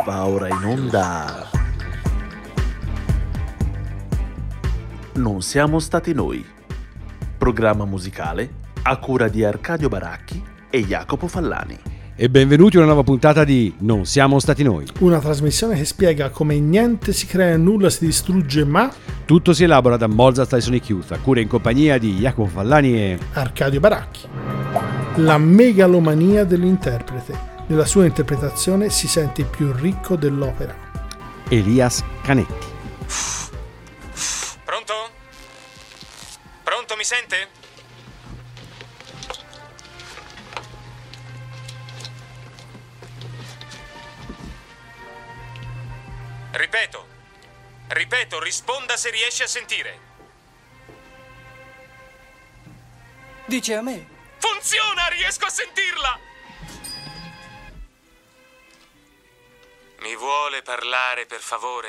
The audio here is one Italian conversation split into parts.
Va ora in onda. Non siamo stati noi. Programma musicale a cura di Arcadio Baracchi e Jacopo Fallani. E benvenuti a una nuova puntata di Non siamo stati noi. Una trasmissione che spiega come niente si crea, nulla si distrugge, ma tutto si elabora da Mozart ai Sonic Youth, a cura in compagnia di Jacopo Fallani e Arcadio Baracchi. La megalomania dell'interprete. Nella sua interpretazione si sente più ricco dell'opera. Elias Canetti. Pronto? Pronto, mi sente? Ripeto, risponda se riesce a sentire. Dice a me. Funziona, riesco a sentirla! Mi vuole parlare, per favore?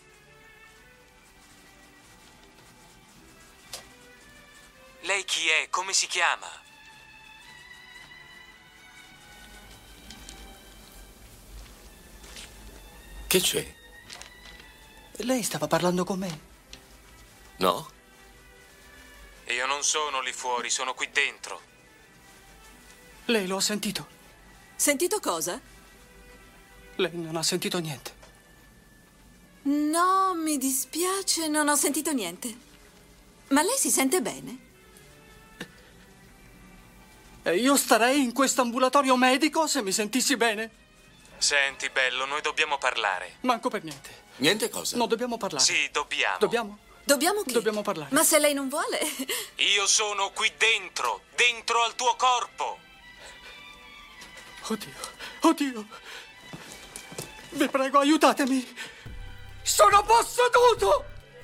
Lei chi è? Come si chiama? Che c'è? Lei stava parlando con me? No? Io non sono lì fuori, sono qui dentro. Lei lo ha sentito? Sentito cosa? Lei non ha sentito niente. No, mi dispiace, non ho sentito niente. Ma lei si sente bene? E io starei in questo ambulatorio medico se mi sentissi bene? Senti, bello, noi dobbiamo parlare. Manco per niente. Niente cosa? No, dobbiamo parlare. Sì, dobbiamo. Dobbiamo? Dobbiamo che? Dobbiamo parlare. Ma se lei non vuole... Io sono qui dentro al tuo corpo. Oddio. Vi prego, aiutatemi. Sono posseduto!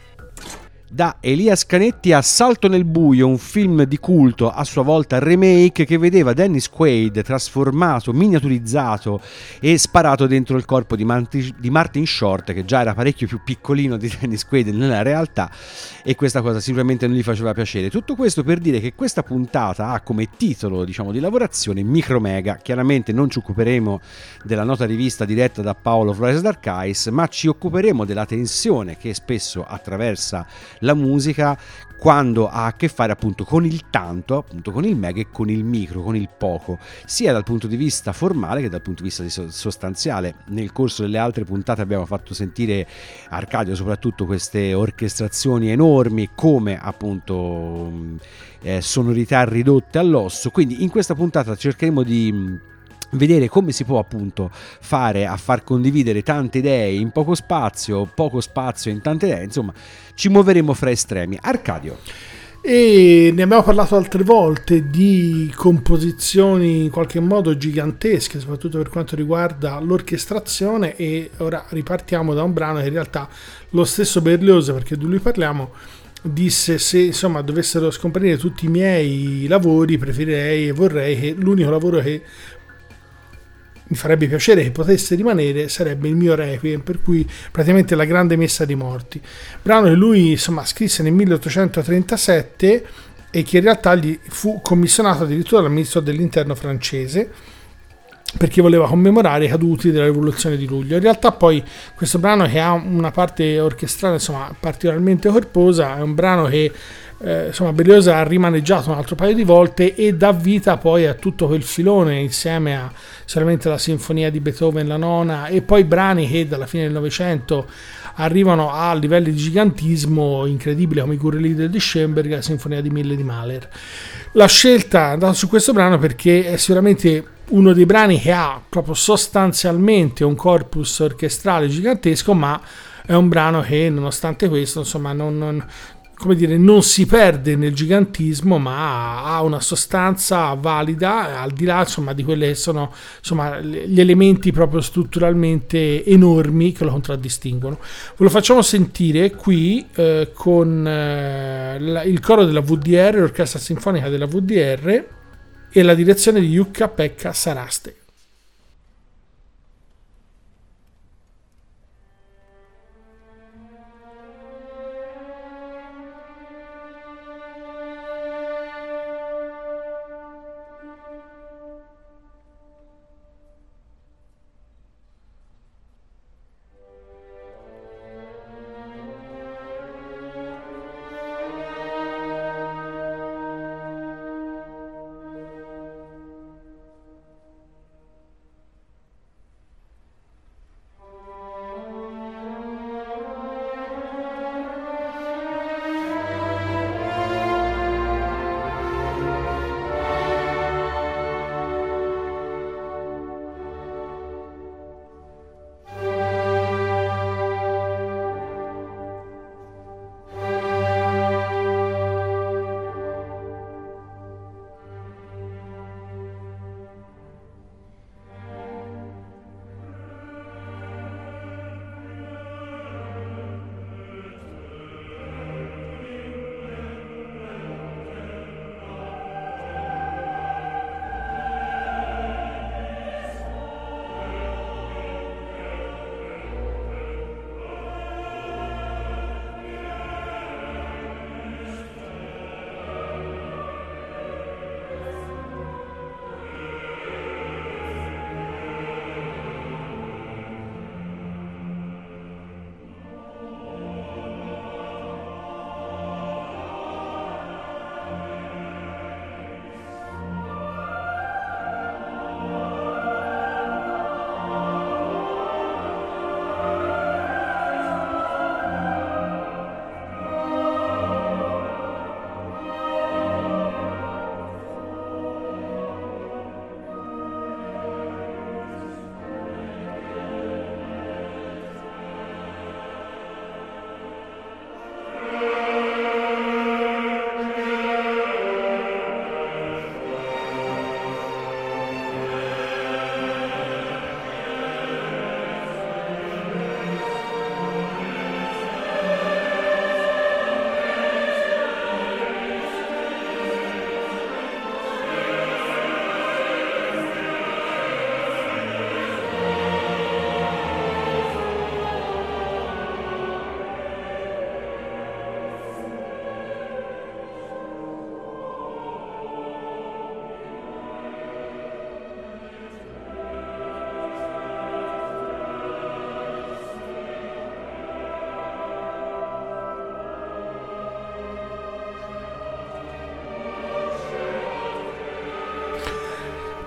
Da Elias Canetti a Salto nel buio, un film di culto a sua volta remake che vedeva Dennis Quaid trasformato, miniaturizzato e sparato dentro il corpo di Martin Short, che già era parecchio più piccolino di Dennis Quaid nella realtà, e questa cosa sicuramente non gli faceva piacere. Tutto questo per dire che questa puntata ha come titolo, diciamo, di lavorazione Micromega. Chiaramente non ci occuperemo della nota rivista diretta da Paolo Flores d'Arcais, ma ci occuperemo della tensione che spesso attraversa la musica quando ha a che fare appunto con il tanto, appunto con il mega e con il micro, con il poco, sia dal punto di vista formale che dal punto di vista sostanziale. Nel corso delle altre puntate abbiamo fatto sentire Arcadio soprattutto queste orchestrazioni enormi come appunto sonorità ridotte all'osso, quindi in questa puntata cercheremo di vedere come si può appunto fare a far condividere tante idee in poco spazio in tante idee, insomma ci muoveremo fra estremi. Arcadio. E ne abbiamo parlato altre volte di composizioni in qualche modo gigantesche, soprattutto per quanto riguarda l'orchestrazione, e ora ripartiamo da un brano che in realtà lo stesso Berlioz, perché di lui parliamo, disse: se insomma dovessero scomparire tutti i miei lavori, preferirei e vorrei che l'unico lavoro che mi farebbe piacere che potesse rimanere sarebbe il mio Requiem, per cui praticamente la grande messa dei morti, brano che lui insomma scrisse nel 1837 e che in realtà gli fu commissionato addirittura dal ministro dell'interno francese perché voleva commemorare i caduti della rivoluzione di luglio. In realtà poi questo brano, che ha una parte orchestrale insomma particolarmente corposa, è un brano che insomma Berlioz ha rimaneggiato un altro paio di volte e dà vita poi a tutto quel filone, insieme a solamente la sinfonia di Beethoven, la nona, e poi brani che dalla fine del Novecento arrivano a livelli di gigantismo incredibili come i Gurreli di Schoenberg e la sinfonia di Mille di Mahler. La scelta è andata su questo brano perché è sicuramente uno dei brani che ha proprio sostanzialmente un corpus orchestrale gigantesco, ma è un brano che nonostante questo insomma non si perde nel gigantismo, ma ha una sostanza valida al di là insomma di quelle che sono insomma gli elementi proprio strutturalmente enormi che lo contraddistinguono. Ve lo facciamo sentire qui con il coro della VDR, l'orchestra sinfonica della VDR, e la direzione di Jukka-Pekka Saraste.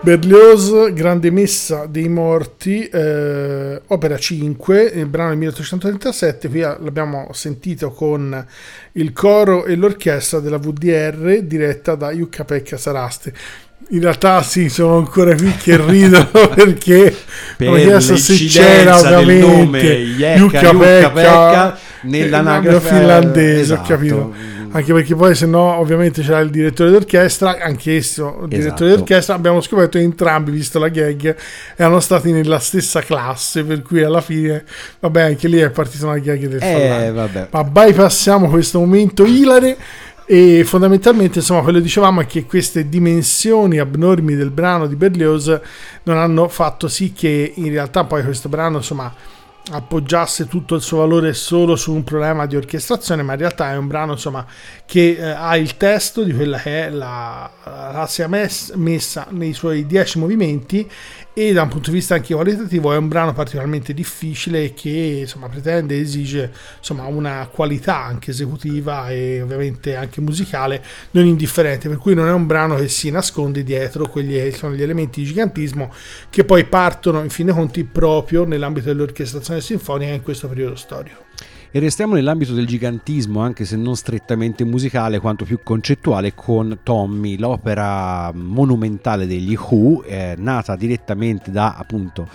Berlioz, Grande Messa dei Morti, opera 5, il brano del 1837. Qui l'abbiamo sentito con il coro e l'orchestra della VDR diretta da Jukka-Pekka Saraste. In realtà sì, sono ancora qui che ridono perché per ho chiesto se c'era ovviamente Jukka-Pekka nell'anagrafe finlandese, esatto. Ho capito. Anche perché poi se no ovviamente c'era il direttore d'orchestra, anch'esso direttore d'orchestra. Abbiamo scoperto che entrambi, visto la gag, erano stati nella stessa classe, per cui alla fine vabbè, anche lì è partita una gag del Fallani. Ma bypassiamo questo momento ilare. E fondamentalmente, insomma, quello che dicevamo è che queste dimensioni abnormi del brano di Berlioz non hanno fatto sì che in realtà poi questo brano, insomma, appoggiasse tutto il suo valore solo su un problema di orchestrazione, ma in realtà è un brano, insomma, che ha il testo di quella che è la sia messa nei suoi 10 movimenti, e da un punto di vista anche qualitativo è un brano particolarmente difficile che, insomma, pretende e esige, insomma, una qualità anche esecutiva e ovviamente anche musicale non indifferente, per cui non è un brano che si nasconde dietro quelli che sono gli elementi di gigantismo che poi partono in fin dei conti proprio nell'ambito dell'orchestrazione sinfonica in questo periodo storico. E restiamo nell'ambito del gigantismo, anche se non strettamente musicale quanto più concettuale, con Tommy, l'opera monumentale degli Who, nata direttamente da appunto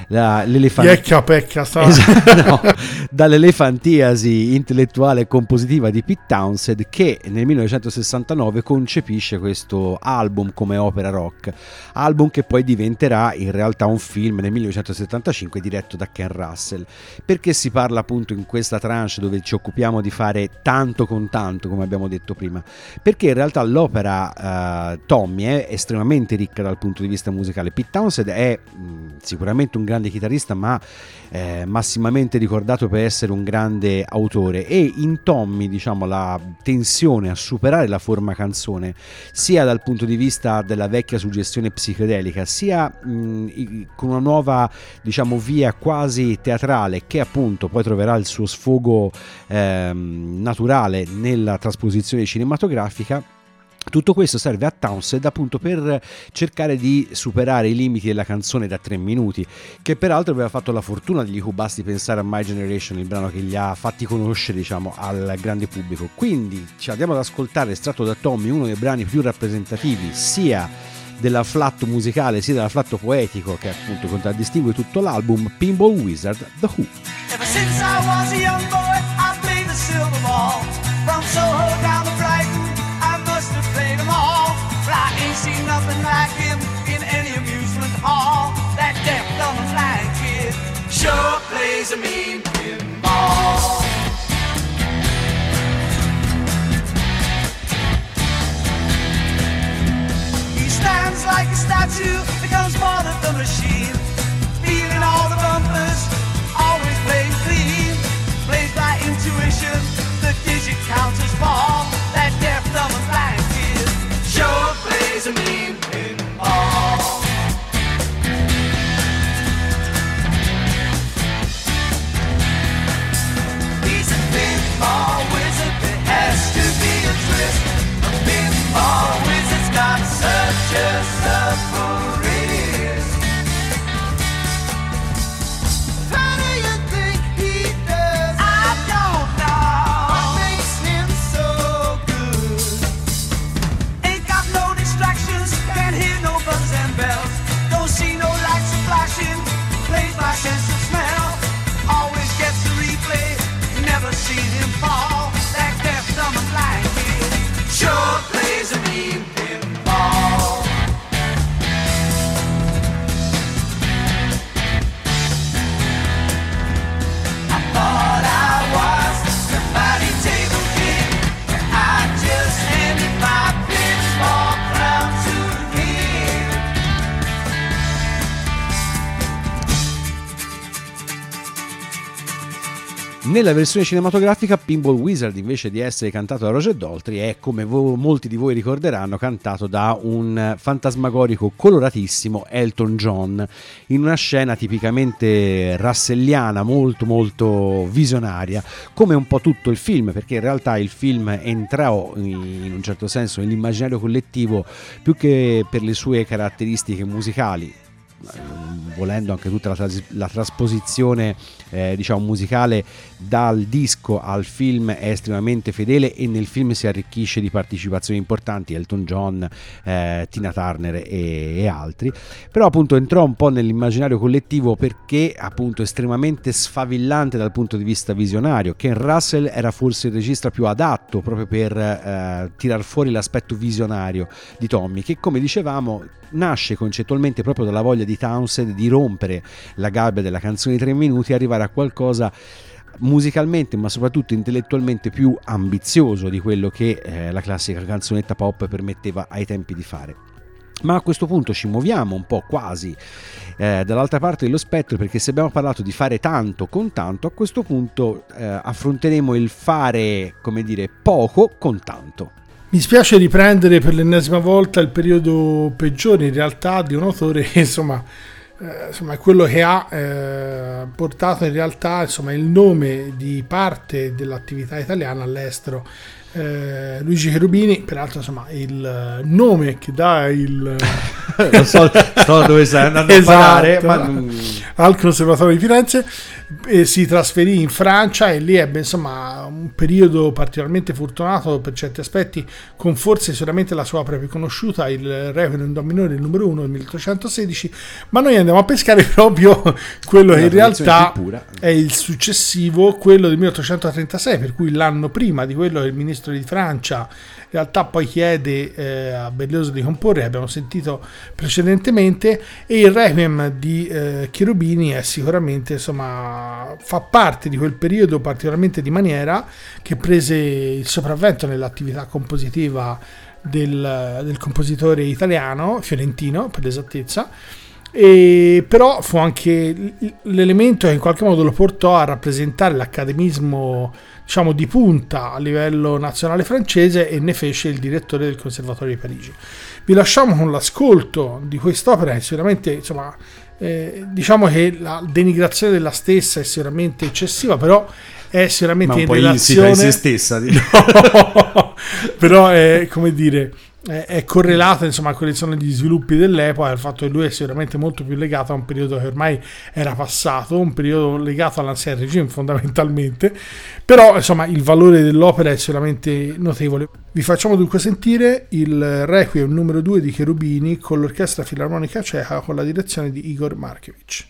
dall'elefantiasi intellettuale e compositiva di Pete Townshend, che nel 1969 concepisce questo album come opera rock, album che poi diventerà in realtà un film nel 1975 diretto da Ken Russell. Perché si parla appunto in questa tranche dove ci occupiamo di fare tanto con tanto, come abbiamo detto prima? Perché in realtà l'opera Tommy è estremamente ricca dal punto di vista musicale. Pete Townshend è sicuramente un grande chitarrista, ma massimamente ricordato per essere un grande autore, e in Tommy, diciamo, la tensione a superare la forma canzone, sia dal punto di vista della vecchia suggestione psichedelica, sia con una nuova, diciamo, via quasi teatrale, che appunto poi troverà il suo sfogo naturale nella trasposizione cinematografica. Tutto questo serve a Townshend appunto per cercare di superare i limiti della canzone da 3 minuti, che peraltro aveva fatto la fortuna degli Who. Basti pensare a My Generation, il brano che li ha fatti conoscere, diciamo, al grande pubblico. Quindi ci andiamo ad ascoltare, estratto da Tommy, uno dei brani più rappresentativi sia dell'afflatto musicale sia dell'afflatto poetico che appunto contraddistingue tutto l'album, Pinball Wizard, The Who. Ever since I was a young boy, I played the silver ball. From Soho down to Brighton, I must have played them all. But I ain't seen nothing like him in any amusement hall. That deaf, dumb and blind kid sure plays a mean pinball. He stands like a statue, becomes part of the machine, feeling all the bumpers, always playing clean. Plays by intuition, the digit counters fall. That deaf, dumb and blind kid sure plays a mean pinball. He's a pinball wizard, there has to be a twist. A pinball wizard's got such a subtle wrist. Nella versione cinematografica Pinball Wizard, invece di essere cantato da Roger Daltrey, è, come molti di voi ricorderanno, cantato da un fantasmagorico coloratissimo Elton John, in una scena tipicamente russelliana, molto molto visionaria, come un po' tutto il film, perché in realtà il film entrò in un certo senso nell'immaginario collettivo più che per le sue caratteristiche musicali, volendo anche tutta la trasposizione diciamo musicale dal disco al film è estremamente fedele, e nel film si arricchisce di partecipazioni importanti, Elton John, Tina Turner e altri, però appunto entrò un po' nell'immaginario collettivo perché appunto estremamente sfavillante dal punto di vista visionario. Ken Russell era forse il regista più adatto proprio per tirar fuori l'aspetto visionario di Tommy, che, come dicevamo, nasce concettualmente proprio dalla voglia di Townsend di rompere la gabbia della canzone di 3 minuti e arrivare a qualcosa musicalmente ma soprattutto intellettualmente più ambizioso di quello che la classica canzonetta pop permetteva ai tempi di fare. Ma a questo punto ci muoviamo un po' quasi dall'altra parte dello spettro, perché se abbiamo parlato di fare tanto con tanto, a questo punto affronteremo il fare, come dire, poco con tanto. Mi spiace riprendere per l'ennesima volta il periodo peggiore in realtà di un autore che insomma è quello che ha portato in realtà insomma il nome di parte dell'attività italiana all'estero. Luigi Cherubini, peraltro insomma il nome che dà il non so dove stai andando esatto, a parare, ma al Conservatorio di Firenze, si trasferì in Francia e lì ebbe insomma un periodo particolarmente fortunato per certi aspetti, con forse sicuramente la sua opera più conosciuta, il Requiem in Do minore, il numero 1 del 1816, ma noi andiamo a pescare proprio quello che in realtà è il successivo, quello del 1836, per cui l'anno prima di quello che il ministro di Francia in realtà poi chiede a Berlioz di comporre, abbiamo sentito precedentemente, e il Requiem di Cherubini è sicuramente insomma fa parte di quel periodo particolarmente di maniera che prese il sopravvento nell'attività compositiva del compositore italiano, fiorentino per l'esattezza, e però fu anche l'elemento che in qualche modo lo portò a rappresentare l'accademismo diciamo di punta a livello nazionale francese, e ne fece il direttore del Conservatorio di Parigi. Vi lasciamo con l'ascolto di quest'opera che sicuramente insomma diciamo che la denigrazione della stessa è sicuramente eccessiva, però è sicuramente in relazione in se stessa no, però è, come dire, è correlata insomma a quelli che sono gli sviluppi dell'epoca, il fatto che lui è sicuramente molto più legato a un periodo che ormai era passato, un periodo legato all'Ancien Régime fondamentalmente, però insomma il valore dell'opera è sicuramente notevole. Vi facciamo dunque sentire il Requiem numero 2 di Cherubini con l'Orchestra Filarmonica Ceca con la direzione di Igor Markevich.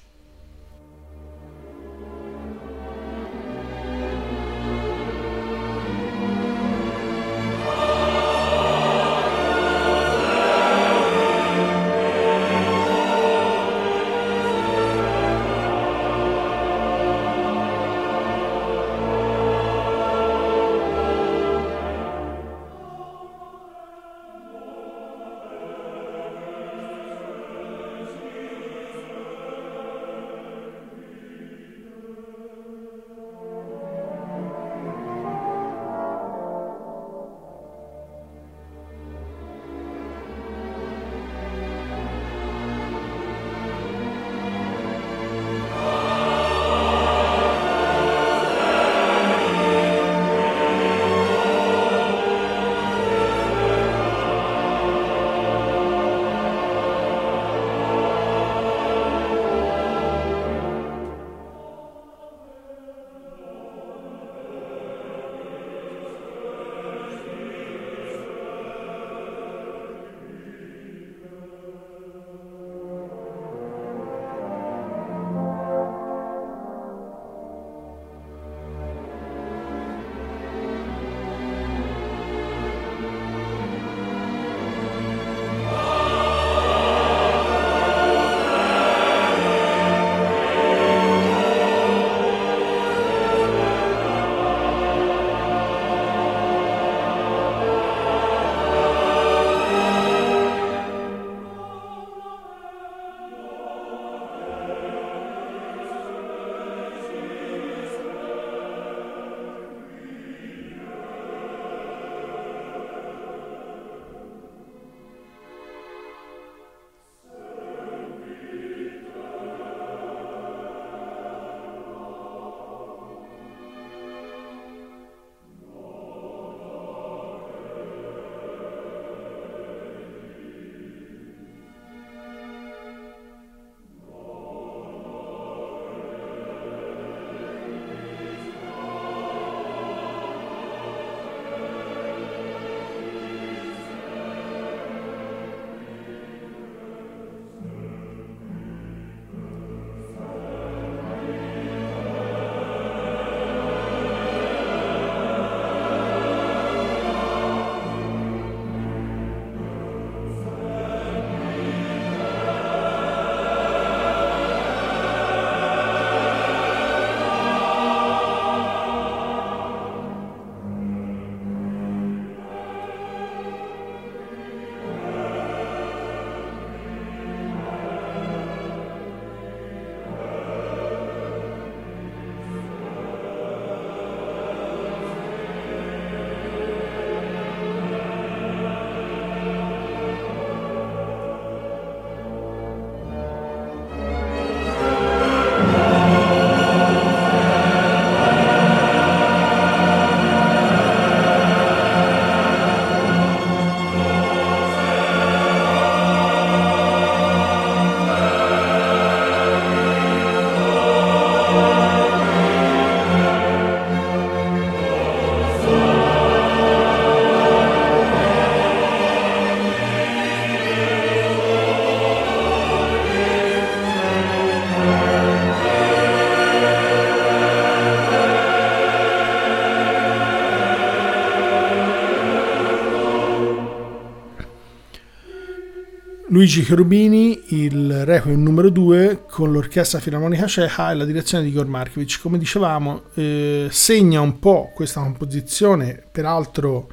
Luigi Cherubini, il Requiem numero 2 con l'Orchestra Filarmonica Ceca e la direzione di Igor Markovic. Come dicevamo, segna un po' questa composizione, peraltro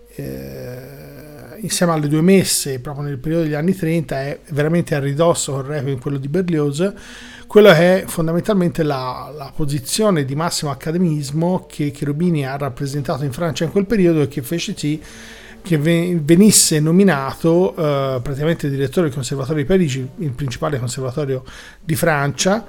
insieme alle due messe proprio nel periodo degli anni 30, è veramente a ridosso con il Requiem, quello di Berlioz, quello che è fondamentalmente la posizione di massimo accademismo che Cherubini ha rappresentato in Francia in quel periodo e che fece sì che venisse nominato praticamente direttore del Conservatorio di Parigi, il principale conservatorio di Francia,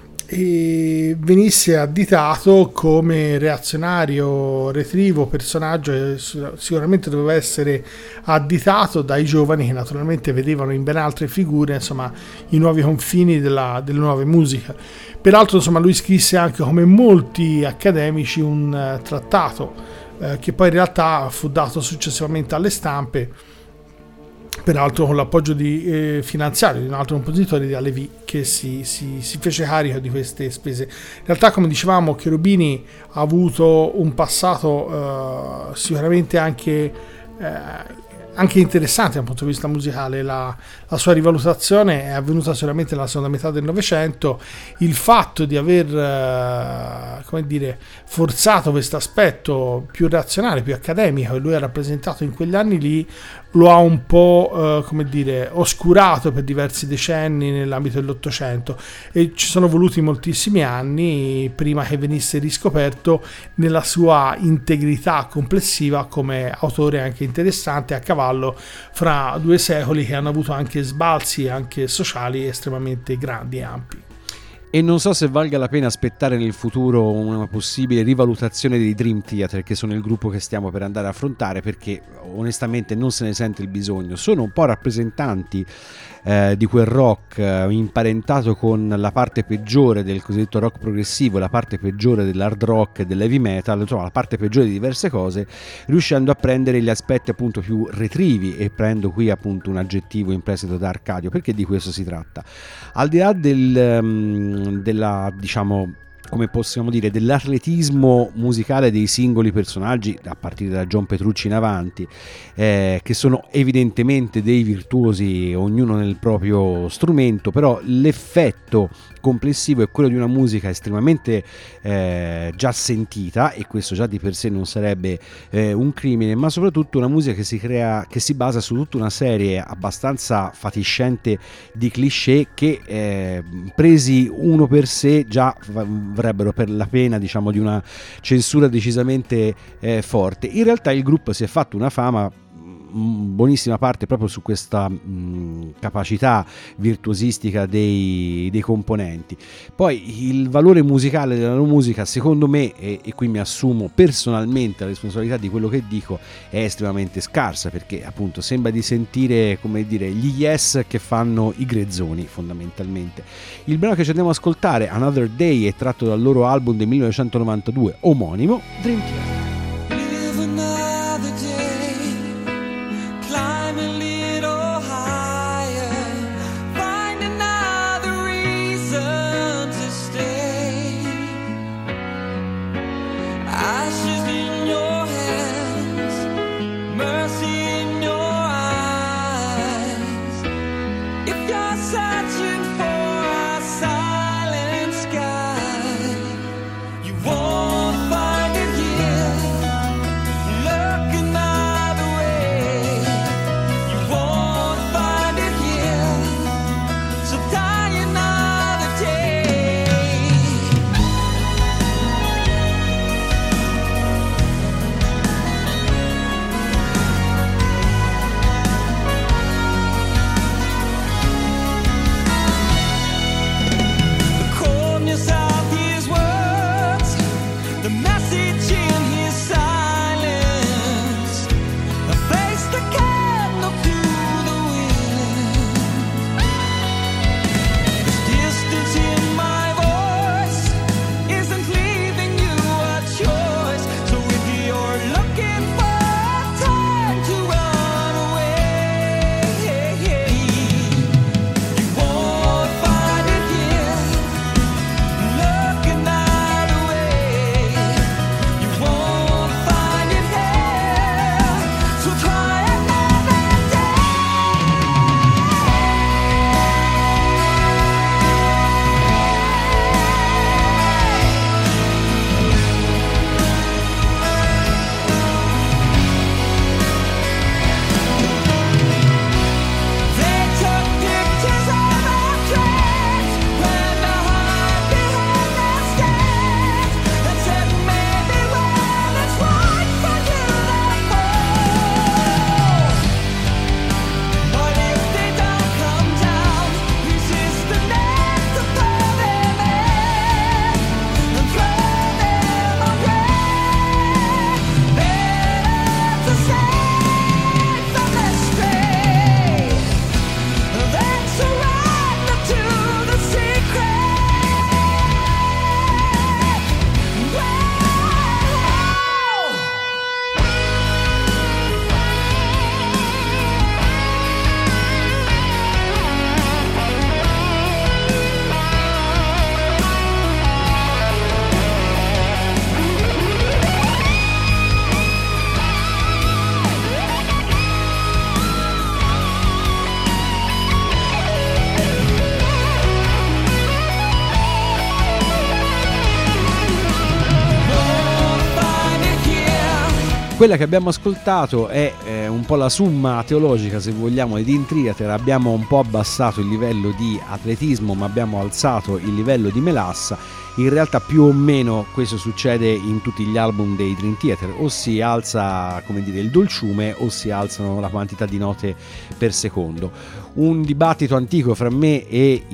e venisse additato come reazionario, retrivo, personaggio che sicuramente doveva essere additato dai giovani che naturalmente vedevano in ben altre figure, insomma, i nuovi confini delle nuove musiche. Peraltro, insomma, lui scrisse anche, come molti accademici, un trattato che poi in realtà fu dato successivamente alle stampe, peraltro con l'appoggio finanziario di un altro compositore, di Halévy, che si fece carico di queste spese. In realtà, come dicevamo, Cherubini ha avuto un passato sicuramente anche interessante dal punto di vista musicale. La sua rivalutazione è avvenuta solamente nella seconda metà del Novecento. Il fatto di aver forzato questo aspetto più razionale, più accademico che lui ha rappresentato in quegli anni lì, lo ha un po' oscurato per diversi decenni nell'ambito dell'Ottocento, e ci sono voluti moltissimi anni prima che venisse riscoperto nella sua integrità complessiva come autore anche interessante, a cavallo fra due secoli che hanno avuto anche sbalzi anche sociali estremamente grandi e ampi. E non so se valga la pena aspettare nel futuro una possibile rivalutazione dei Dream Theater, che sono il gruppo che stiamo per andare a affrontare, perché onestamente non se ne sente il bisogno. Sono un po' rappresentanti di quel rock imparentato con la parte peggiore del cosiddetto rock progressivo, la parte peggiore dell'hard rock e dell'heavy metal, insomma la parte peggiore di diverse cose, riuscendo a prendere gli aspetti appunto più retrivi, e prendo qui appunto un aggettivo in prestito da Arcadio, perché di questo si tratta. Al di là della, diciamo, come possiamo dire, dell'atletismo musicale dei singoli personaggi, a partire da John Petrucci in avanti, che sono evidentemente dei virtuosi, ognuno nel proprio strumento, però l'effetto complessivo è quello di una musica estremamente già sentita, e questo già di per sé non sarebbe un crimine, ma soprattutto una musica che si basa su tutta una serie abbastanza fatiscente di cliché che presi uno per sé già avrebbero per la pena, diciamo, di una censura decisamente forte. In realtà il gruppo si è fatto una fama, buonissima parte proprio su questa capacità virtuosistica dei componenti. Poi il valore musicale della loro musica, secondo me, e qui mi assumo personalmente la responsabilità di quello che dico, è estremamente scarsa, perché appunto sembra di sentire, come dire, gli Yes che fanno i grezzoni fondamentalmente. Il brano che ci andiamo ad ascoltare, Another Day, è tratto dal loro album del 1992 omonimo, Dream Theater. Won't find it here. Quella che abbiamo ascoltato è un po' la summa teologica, se vogliamo, di Dream Theater. Abbiamo un po' abbassato il livello di atletismo, ma abbiamo alzato il livello di melassa. In realtà più o meno questo succede in tutti gli album dei Dream Theater, o si alza, come dire, il dolciume o si alzano la quantità di note per secondo. Un dibattito antico fra me e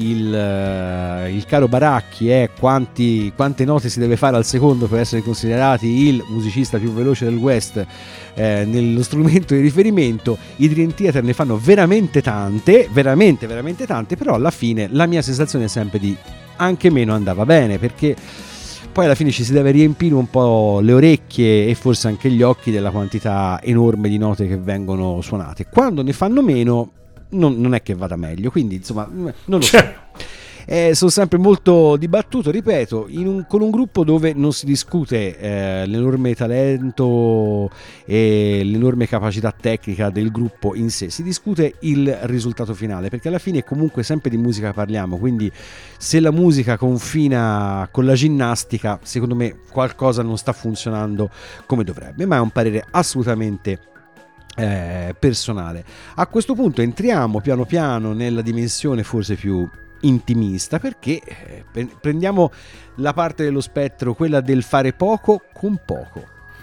il caro Baracchi è quante note si deve fare al secondo per essere considerati il musicista più veloce del West nello strumento di riferimento. I Dream Theater ne fanno veramente tante, veramente tante, però alla fine la mia sensazione è sempre di anche meno andava bene, perché poi alla fine ci si deve riempire un po' le orecchie e forse anche gli occhi della quantità enorme di note che vengono suonate. Quando ne fanno meno non è che vada meglio, quindi insomma non lo so. Sono sempre molto dibattuto, ripeto, con un gruppo dove non si discute l'enorme talento e l'enorme capacità tecnica del gruppo in sé, si discute il risultato finale, perché alla fine comunque sempre di musica parliamo, quindi se la musica confina con la ginnastica, secondo me qualcosa non sta funzionando come dovrebbe, ma è un parere assolutamente personale. A questo punto entriamo piano piano nella dimensione forse più intimista, perché prendiamo la parte dello spettro, quella del fare poco con poco.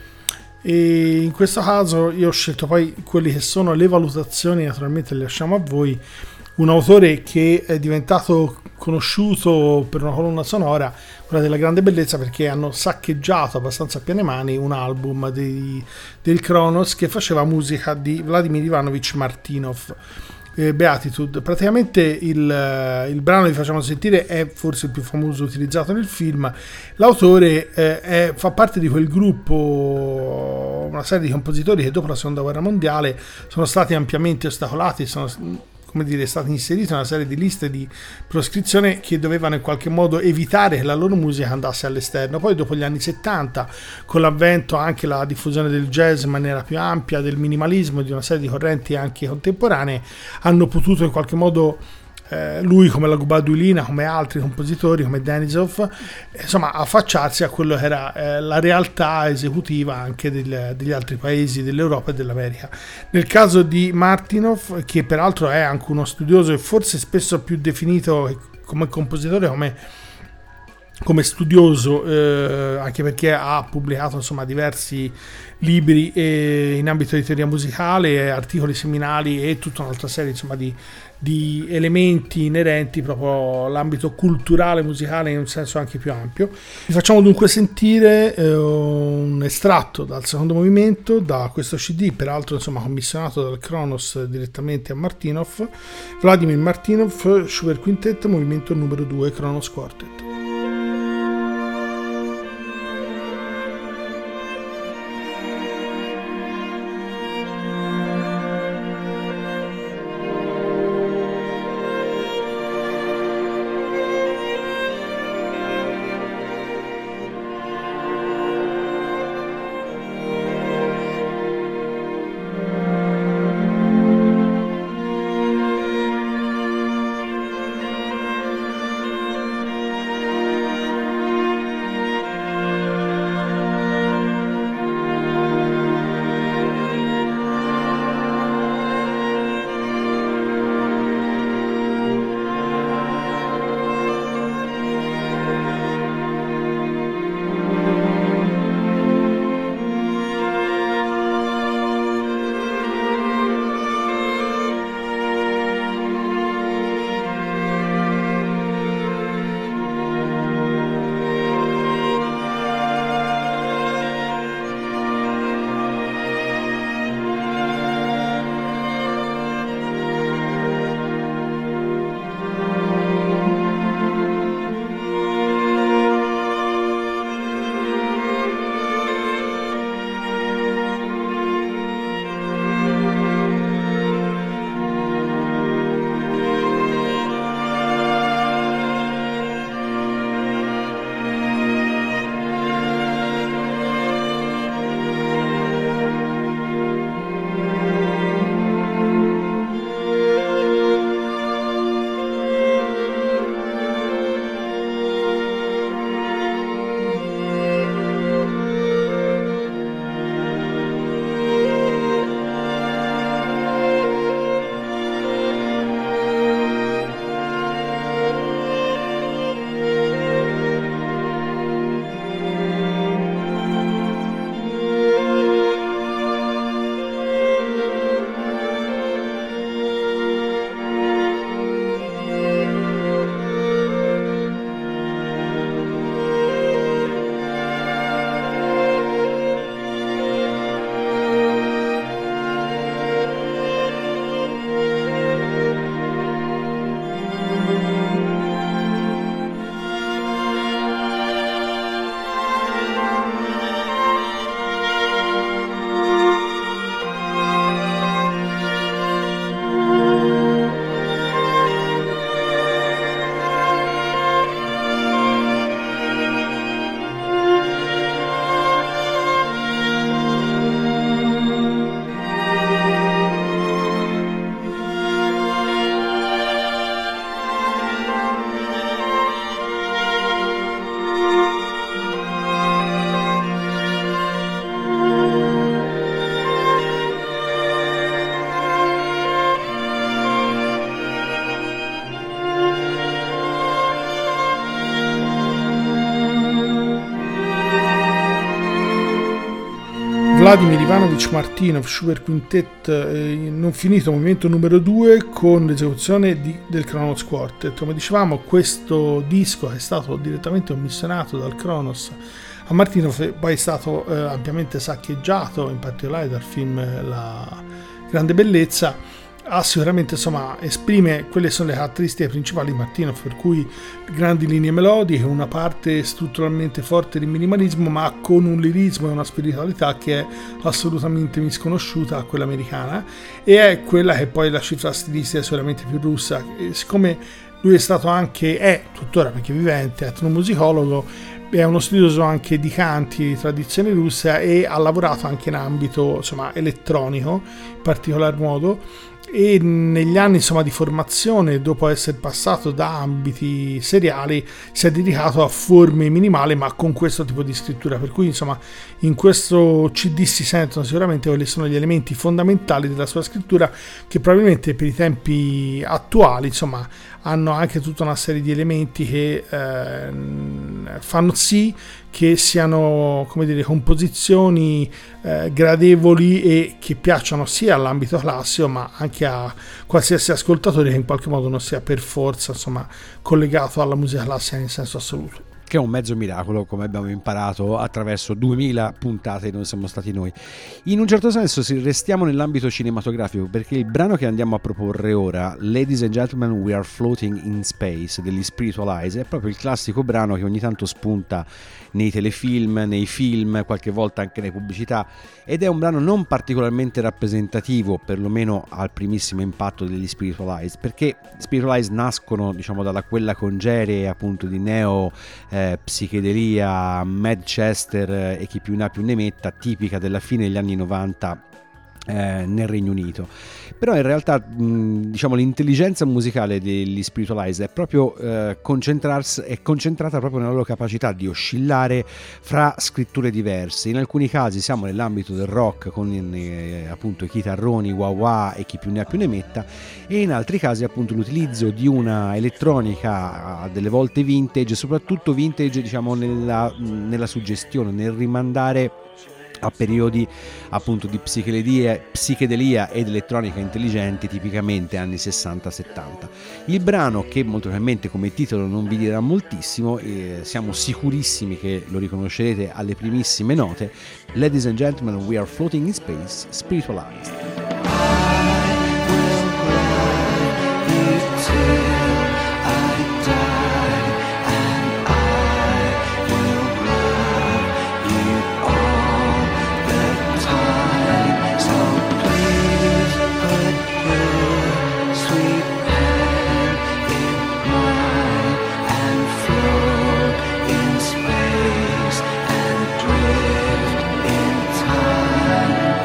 E in questo caso io ho scelto poi quelle che sono le valutazioni, naturalmente le lasciamo a voi. Un autore che è diventato conosciuto per una colonna sonora, quella della Grande Bellezza, perché hanno saccheggiato abbastanza a piene mani un album del Kronos che faceva musica di Vladimir Ivanovich Martynov, Beatitude. Praticamente il brano che vi facciamo sentire è forse il più famoso utilizzato nel film. L'autore fa parte di quel gruppo, una serie di compositori che dopo la seconda guerra mondiale sono stati ampiamente ostacolati, sono, come dire, stati inseriti in una serie di liste di proscrizione che dovevano in qualche modo evitare che la loro musica andasse all'esterno. Poi dopo gli anni 70, con l'avvento anche la diffusione del jazz in maniera più ampia, del minimalismo e di una serie di correnti anche contemporanee, hanno potuto in qualche modo lui, come la Gubaidulina, come altri compositori come Denisov, insomma affacciarsi a quello che era la realtà esecutiva anche degli altri paesi dell'Europa e dell'America. Nel caso di Martynov, che peraltro è anche uno studioso e forse spesso più definito come compositore, come studioso, anche perché ha pubblicato insomma diversi libri in ambito di teoria musicale, articoli seminali e tutta un'altra serie insomma di elementi inerenti proprio all'ambito culturale musicale in un senso anche più ampio. Vi facciamo dunque sentire un estratto dal secondo movimento da questo CD, peraltro insomma commissionato dal Kronos direttamente a Martynov, Vladimir Martynov, Schubert Quintet, movimento numero 2, Kronos Quartet. Vladimir Ivanovich Martynov, Schubert Quintet, non finito, movimento numero 2 con l'esecuzione del Kronos Quartet. Come dicevamo, questo disco è stato direttamente commissionato dal Kronos a Martynov, poi è stato ampiamente saccheggiato, in particolare dal film La Grande Bellezza. Sicuramente, insomma, esprime quelle sono le caratteristiche principali di Martynov, per cui grandi linee melodiche, una parte strutturalmente forte di minimalismo, ma con un lirismo e una spiritualità che è assolutamente misconosciuta a quella americana, e è quella che poi la cifra stilistica è sicuramente più russa. E siccome lui è stato anche, è tuttora perché è vivente, etnomusicologo, è uno studioso anche di canti di tradizione russa e ha lavorato anche in ambito, insomma, elettronico in particolar modo, e negli anni, insomma, di formazione, dopo essere passato da ambiti seriali, si è dedicato a forme minimali ma con questo tipo di scrittura, per cui, insomma, in questo CD si sentono sicuramente quelli sono gli elementi fondamentali della sua scrittura, che probabilmente per i tempi attuali, insomma, hanno anche tutta una serie di elementi che fanno sì che siano, come dire, composizioni gradevoli e che piacciono sia all'ambito classico ma anche a qualsiasi ascoltatore che in qualche modo non sia per forza, insomma, collegato alla musica classica in senso assoluto. Che è un mezzo miracolo, come abbiamo imparato attraverso 2000 puntate dove siamo stati noi. In un certo senso restiamo nell'ambito cinematografico, perché il brano che andiamo a proporre ora, Ladies and Gentlemen, We Are Floating in Space, degli Spiritual Eyes, è proprio il classico brano che ogni tanto spunta nei telefilm, nei film, qualche volta anche nelle pubblicità, ed è un brano non particolarmente rappresentativo, perlomeno al primissimo impatto degli Spiritual Eyes, perché Spiritual Eyes nascono, diciamo, dalla quella congerie appunto di neo psichedelia, Manchester e chi più ne ha più ne metta, tipica della fine degli anni 90 nel Regno Unito. Però in realtà, diciamo, l'intelligenza musicale degli Spiritual Eyes è proprio concentrata proprio nella loro capacità di oscillare fra scritture diverse. In alcuni casi siamo nell'ambito del rock con appunto i chitarroni, wah wah e chi più ne ha più ne metta, e in altri casi appunto l'utilizzo di una elettronica delle volte vintage, soprattutto vintage, diciamo, nella suggestione, nel rimandare a periodi appunto di psichedelia ed elettronica intelligenti, tipicamente anni 60-70. Il brano, che molto probabilmente come titolo non vi dirà moltissimo, siamo sicurissimi che lo riconoscerete alle primissime note, Ladies and Gentlemen, We Are Floating in Space, Spiritualized.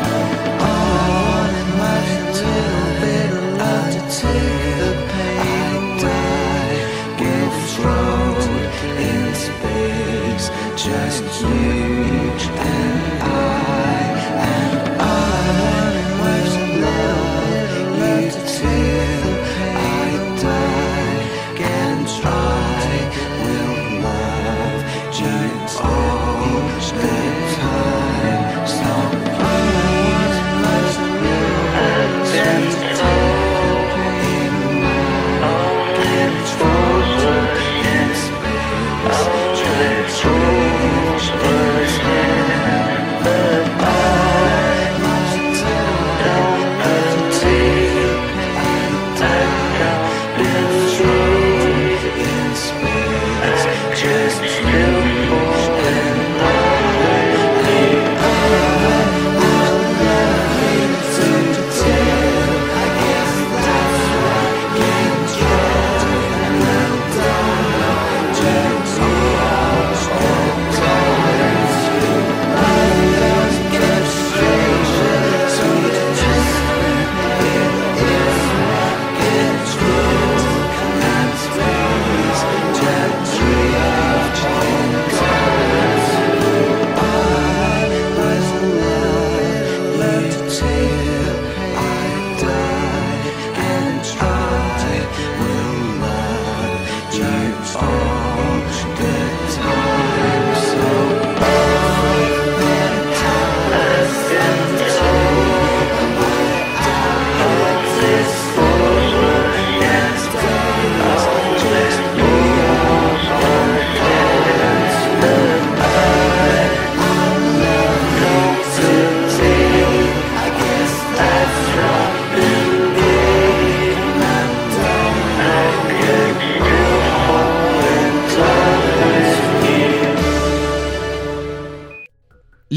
Take the pain.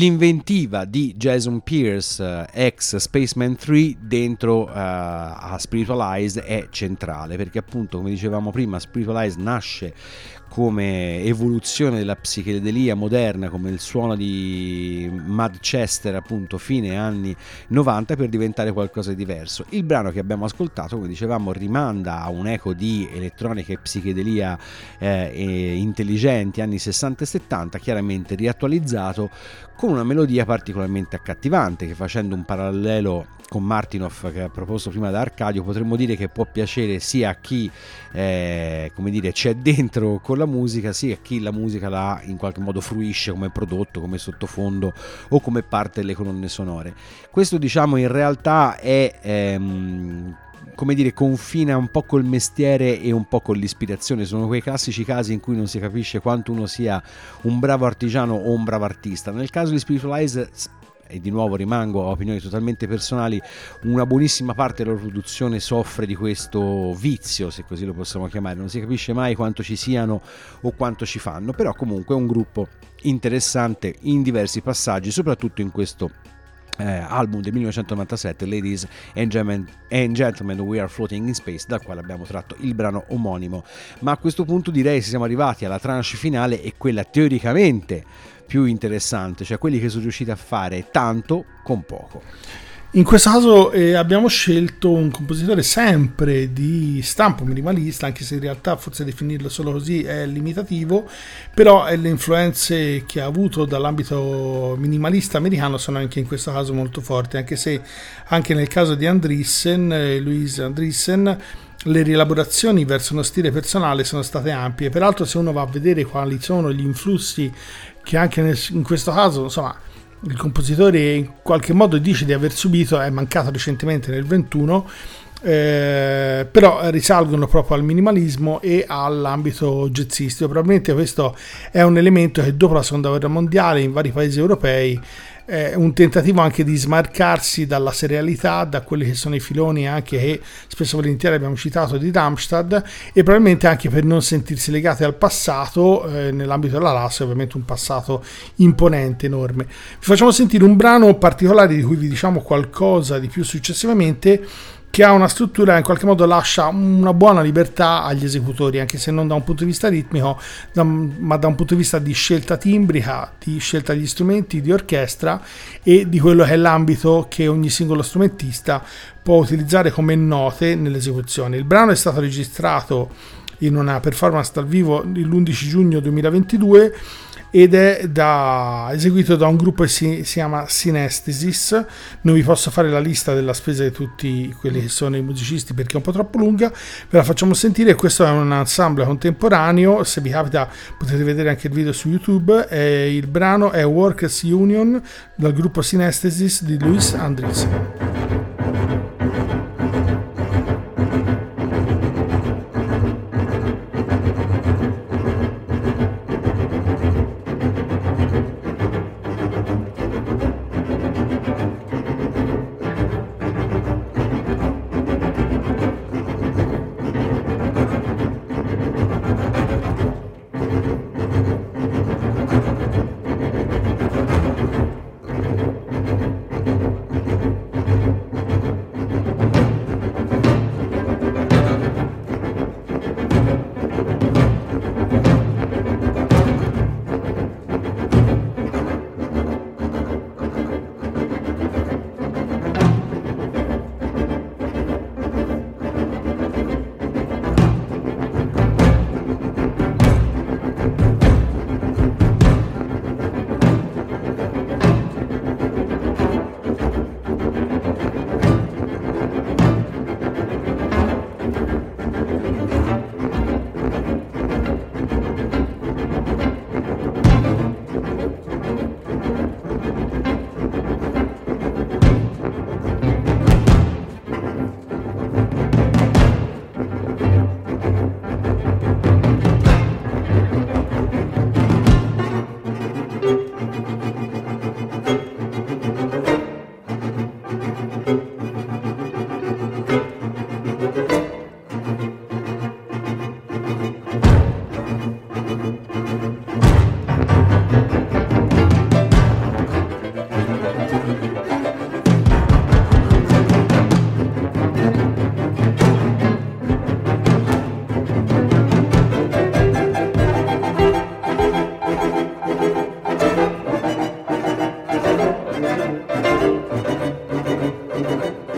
l'inventiva di Jason Pierce, ex Spaceman 3, dentro a Spiritualized è centrale, perché appunto, come dicevamo prima, Spiritualized nasce come evoluzione della psichedelia moderna, come il suono di Manchester, appunto fine anni 90, per diventare qualcosa di diverso. Il brano che abbiamo ascoltato, come dicevamo, rimanda a un eco di elettronica e psichedelia intelligenti anni 60 e 70, chiaramente riattualizzato con una melodia particolarmente accattivante, che, facendo un parallelo con Martinoff che ha proposto prima da Arcadio, potremmo dire che può piacere sia a chi come dire, c'è dentro con la musica, sia a chi la musica la in qualche modo fruisce come prodotto, come sottofondo o come parte delle colonne sonore. Questo, diciamo, in realtà è come dire, confina un po' col mestiere e un po' con l'ispirazione. Sono quei classici casi in cui non si capisce quanto uno sia un bravo artigiano o un bravo artista. Nel caso di Spiritualize, e di nuovo rimango a opinioni totalmente personali, una buonissima parte della produzione soffre di questo vizio, se così lo possiamo chiamare. Non si capisce mai quanto ci siano o quanto ci fanno, però comunque è un gruppo interessante in diversi passaggi, soprattutto in questo album del 1997, Ladies and Gentlemen, We Are Floating in Space, dal quale abbiamo tratto il brano omonimo. Ma a questo punto direi che siamo arrivati alla tranche finale, e quella teoricamente più interessante, cioè quelli che sono riusciti a fare tanto con poco. In questo caso abbiamo scelto un compositore sempre di stampo minimalista, anche se in realtà forse definirlo solo così è limitativo, però le influenze che ha avuto dall'ambito minimalista americano sono anche in questo caso molto forti, anche se anche nel caso di Louis Andriessen, le rielaborazioni verso uno stile personale sono state ampie. Peraltro, se uno va a vedere quali sono gli influssi che anche in questo caso, insomma, il compositore in qualche modo dice di aver subito, è mancato recentemente nel 21, però risalgono proprio al minimalismo e all'ambito jazzistico. Probabilmente questo è un elemento che dopo la seconda guerra mondiale in vari paesi europei è un tentativo anche di smarcarsi dalla serialità, da quelli che sono i filoni anche che spesso e volentieri abbiamo citato di Darmstadt, e probabilmente anche per non sentirsi legati al passato. Nell'ambito della LAS ovviamente un passato imponente, enorme. Vi facciamo sentire un brano particolare di cui vi diciamo qualcosa di più successivamente, che ha una struttura in qualche modo lascia una buona libertà agli esecutori, anche se non da un punto di vista ritmico, ma da un punto di vista di scelta timbrica, di scelta degli strumenti, di orchestra e di quello che è l'ambito che ogni singolo strumentista può utilizzare come note nell'esecuzione. Il brano è stato registrato in una performance dal vivo l'11 giugno 2022 ed è eseguito da un gruppo che si chiama Synesthesis. Non vi posso fare la lista della spesa di tutti quelli che sono i musicisti perché è un po' troppo lunga, ve la facciamo sentire. Questo è un ensemble contemporaneo, se vi capita potete vedere anche il video su YouTube. Il brano è Workers Union dal gruppo Synesthesis di Louis Andriessen.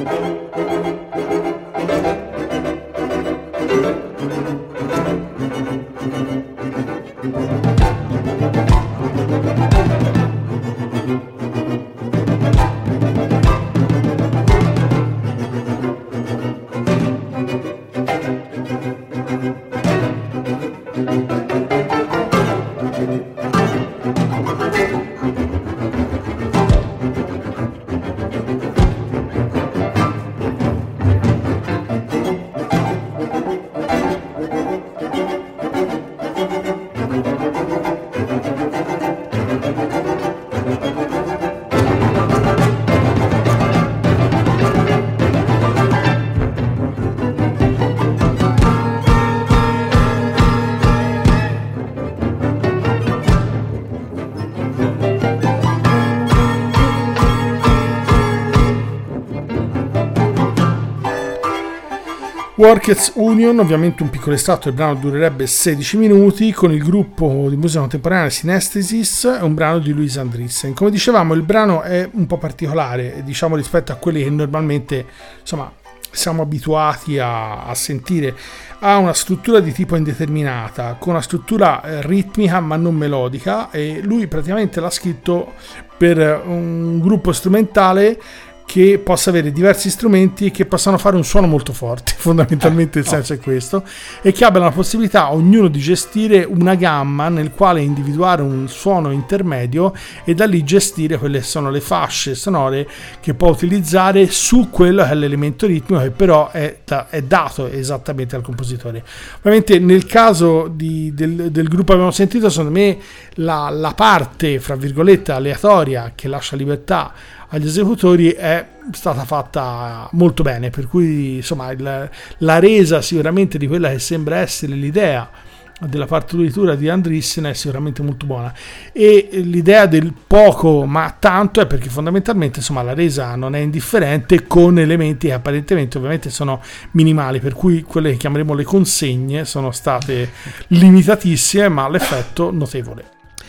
Workers Union, ovviamente un piccolo estratto, il brano durerebbe 16 minuti, con il gruppo di musica contemporanea Synesthesis, è un brano di Louise Andriessen. Come dicevamo, il brano è un po' particolare, diciamo, rispetto a quelli che normalmente, insomma, siamo abituati a sentire. Ha una struttura di tipo indeterminata, con una struttura ritmica ma non melodica, e lui praticamente l'ha scritto per un gruppo strumentale che possa avere diversi strumenti e che possano fare un suono molto forte, fondamentalmente il senso è questo, e che abbiano la possibilità ognuno di gestire una gamma nel quale individuare un suono intermedio e da lì gestire quelle che sono le fasce sonore che può utilizzare su quello che è l'elemento ritmico, che però è dato esattamente al compositore. Ovviamente nel caso del gruppo che abbiamo sentito, secondo me la parte fra virgolette aleatoria che lascia libertà agli esecutori è stata fatta molto bene, per cui insomma la resa sicuramente di quella che sembra essere l'idea della partitura di Andriessen è sicuramente molto buona, e l'idea del poco ma tanto è perché fondamentalmente insomma la resa non è indifferente, con elementi che apparentemente ovviamente sono minimali, per cui quelle che chiameremo le consegne sono state limitatissime ma l'effetto notevole.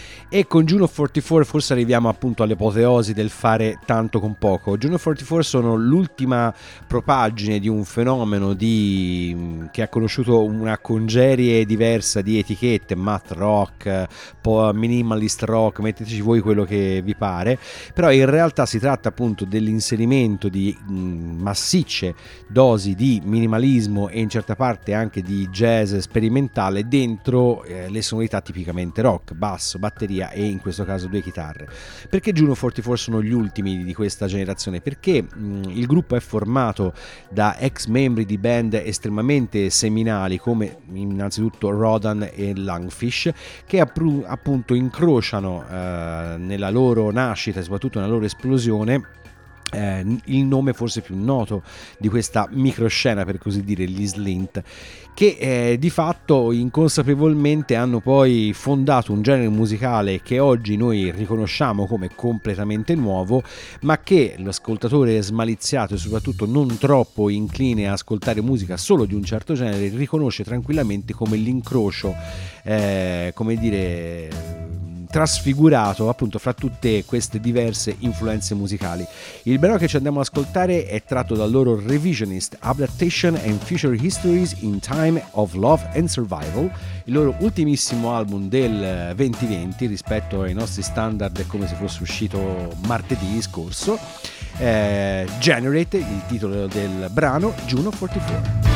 E con Juno 44 forse arriviamo appunto all'apoteosi del fare tanto con poco. Juno 44 sono l'ultima propagine di un fenomeno che ha conosciuto una congerie diversa di etichette, math rock, minimalist rock, metteteci voi quello che vi pare, però in realtà si tratta appunto dell'inserimento di massicce dosi di minimalismo e in certa parte anche di jazz sperimentale dentro le sonorità tipicamente rock, basso, batteria e in questo caso 2 chitarre. Perché Juno 44 sono gli ultimi di questa generazione? Perché il gruppo è formato da ex membri di band estremamente seminali come innanzitutto Rodan e Lungfish, che appunto incrociano nella loro nascita e soprattutto nella loro esplosione il nome forse più noto di questa microscena, per così dire, gli Slint, che di fatto inconsapevolmente hanno poi fondato un genere musicale che oggi noi riconosciamo come completamente nuovo, ma che l'ascoltatore smaliziato e soprattutto non troppo incline a ascoltare musica solo di un certo genere riconosce tranquillamente come l'incrocio, come dire, trasfigurato appunto fra tutte queste diverse influenze musicali. Il brano che ci andiamo ad ascoltare è tratto dal loro Revisionist Adaptation and Future Histories in Time of Love and Survival, il loro ultimissimo album del 2020, rispetto ai nostri standard è come se fosse uscito martedì scorso. Generate, il titolo del brano, Juno 44.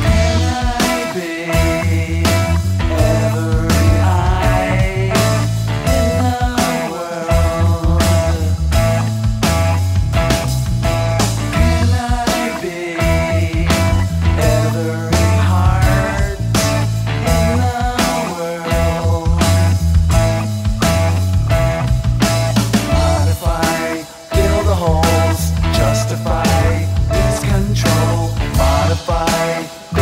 Justify, lose control, modify,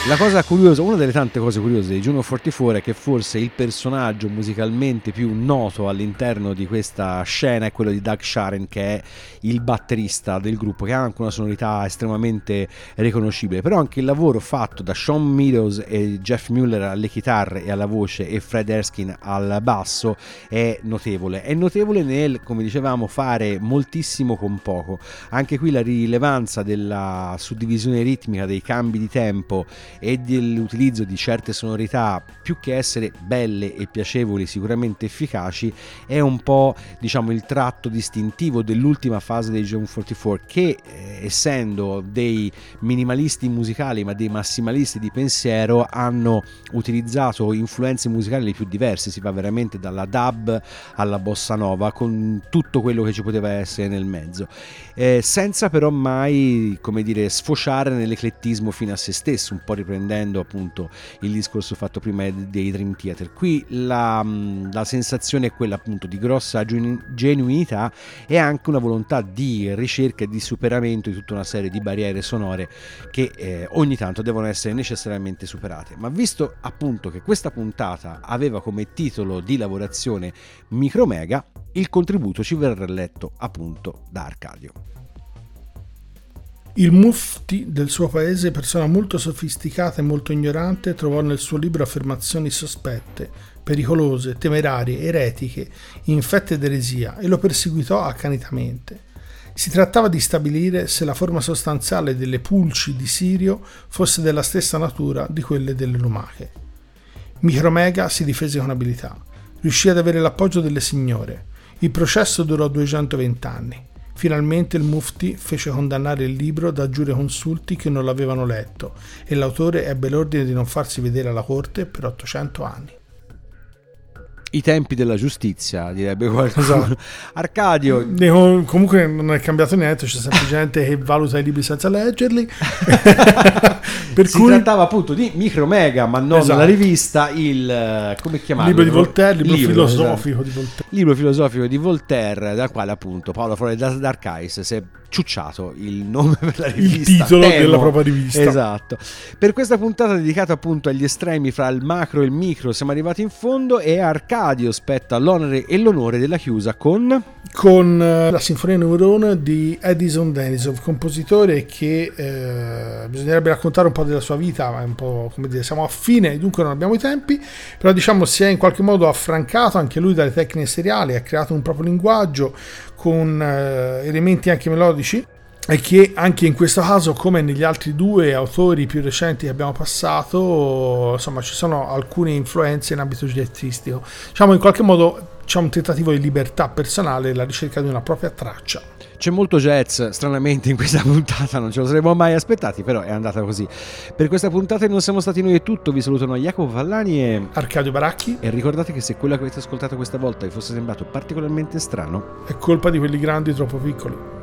La cosa curiosa, una delle tante cose curiose di Juno 44 è che forse il personaggio musicalmente più noto all'interno di questa scena è quello di Doug Sharen, che è il batterista del gruppo, che ha anche una sonorità estremamente riconoscibile. Però anche il lavoro fatto da Shawn Meadows e Jeff Mueller alle chitarre e alla voce e Fred Erskine al basso è notevole. È notevole nel, come dicevamo, fare moltissimo con poco. Anche qui la rilevanza della suddivisione ritmica, dei cambi di tempo e dell'utilizzo di certe sonorità, più che essere belle e piacevoli, sicuramente efficaci, è un po', diciamo, il tratto distintivo dell'ultima fase dei Juno 44, che essendo dei minimalisti musicali ma dei massimalisti di pensiero, hanno utilizzato influenze musicali le più diverse. Si va veramente dalla dub alla bossa nova, con tutto quello che ci poteva essere nel mezzo, senza però mai, come dire, sfociare nell'eclettismo fino a se stesso, un po' riprendendo appunto il discorso fatto prima dei Dream Theater. Qui la sensazione è quella appunto di grossa genuinità e anche una volontà di ricerca e di superamento di tutta una serie di barriere sonore che ogni tanto devono essere necessariamente superate. Ma visto appunto che questa puntata aveva come titolo di lavorazione Micromega, il contributo ci verrà letto appunto da Arcadio. Il mufti del suo paese, persona molto sofisticata e molto ignorante, trovò nel suo libro affermazioni sospette, pericolose, temerarie, eretiche, infette d'eresia, e lo perseguitò accanitamente. Si trattava di stabilire se la forma sostanziale delle pulci di Sirio fosse della stessa natura di quelle delle lumache. Micromega si difese con abilità. Riuscì ad avere l'appoggio delle signore. Il processo durò 220 anni. Finalmente il mufti fece condannare il libro da giureconsulti che non l'avevano letto e l'autore ebbe l'ordine di non farsi vedere alla corte per 800 anni. I tempi della giustizia, direbbe qualcuno. Esatto. Arcadio. Comunque non è cambiato niente, c'è sempre gente che valuta i libri senza leggerli. Si trattava appunto di Micromega, ma non la rivista, il come chiamarlo? Libro di Voltaire, libro filosofico di Voltaire. Libro filosofico di Voltaire, da quale appunto Paolo Flore d'Arcais si è ciucciato il nome per la rivista, il titolo della propria rivista. Esatto. Per questa puntata dedicata appunto agli estremi fra il macro e il micro siamo arrivati in fondo, e a Arcadio spetta l'onere e l'onore della chiusa con la Sinfonia numero 1 di Edison Denisov, compositore che bisognerebbe raccontare un po' della sua vita, ma è un po', come dire, siamo a fine, dunque non abbiamo i tempi, però diciamo si è in qualche modo affrancato anche lui dalle tecniche seriali, ha creato un proprio linguaggio con elementi anche melodici, e che anche in questo caso, come negli altri due autori più recenti che abbiamo passato, insomma ci sono alcune influenze in ambito jazzistico. Diciamo in qualche modo c'è un tentativo di libertà personale e la ricerca di una propria traccia. C'è molto jazz, stranamente, in questa puntata, non ce lo saremmo mai aspettati, però è andata così. Per questa puntata non siamo stati noi è tutto, vi salutano Jacopo Fallani e Arcadio Baracchi, e ricordate che se quello che avete ascoltato questa volta vi fosse sembrato particolarmente strano, è colpa di quelli grandi troppo piccoli.